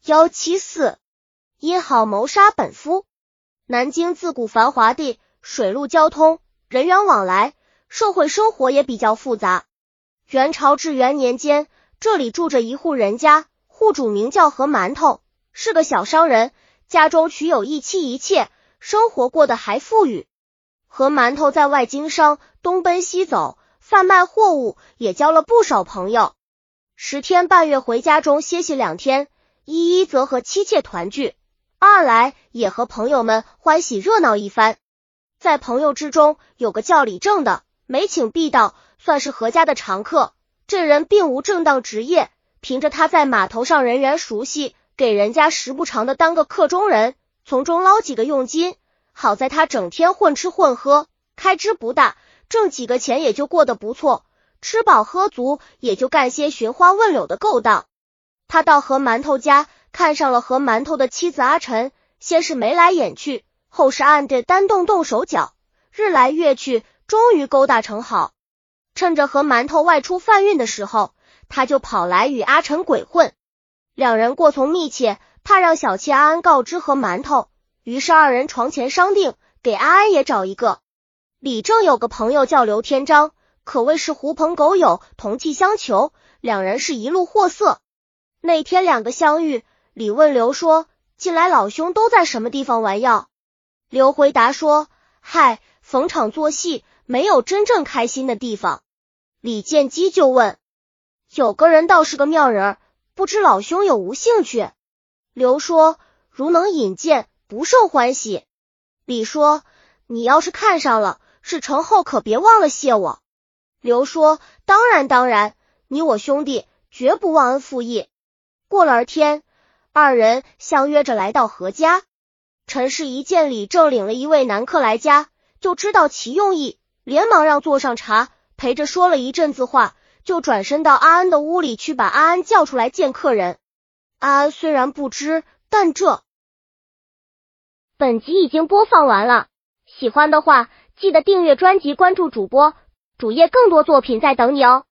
174因好谋杀本夫。南京自古繁华地，水陆交通，人员往来，社会生活也比较复杂。元朝至元年间，这里住着一户人家，户主名叫何馒头，是个小商人，家中娶有一妻一妾，生活过得还富裕。何馒头在外经商，东奔西走，贩卖货物，也交了不少朋友。10天半月回家中歇息2天，一则和妻妾团聚，二来也和朋友们欢喜热闹一番。在朋友之中有个叫李正的，每请必到，算是何家的常客。这人并无正当职业，凭着他在码头上人缘熟悉，给人家时不常的当个客中人，从中捞几个佣金。好在他整天混吃混喝，开支不大，挣几个钱也就过得不错，吃饱喝足，也就干些寻花问柳的勾当。他到何馒头家，看上了何馒头的妻子阿晨，先是眉来眼去，后是暗地单动手脚，日来月去，终于勾搭成好。趁着何馒头外出贩运的时候，他就跑来与阿晨鬼混。两人过从密切，怕让小妾阿安告知何馒头，于是二人床前商定，给阿安也找一个。李正有个朋友叫刘天章，可谓是狐朋狗友，同气相求，两人是一路货色。那天两个相遇，李问刘说，近来老兄都在什么地方玩药？刘回答说，嗨，逢场作戏，没有真正开心的地方。李见机就问，有个人倒是个妙人，不知老兄有无兴趣？刘说，如能引荐，不胜欢喜。李说，你要是看上了，事成后可别忘了谢我。刘说，当然，你我兄弟绝不忘恩负义。过了天，二人相约着来到何家。陈氏一见李正领了一位男客来家，就知道其用意，连忙让坐上茶，陪着说了一阵子话，就转身到阿安的屋里去，把阿安叫出来见客人。阿安虽然不知，但本集已经播放完了，喜欢的话记得订阅专辑，关注主播，主页更多作品在等你哦。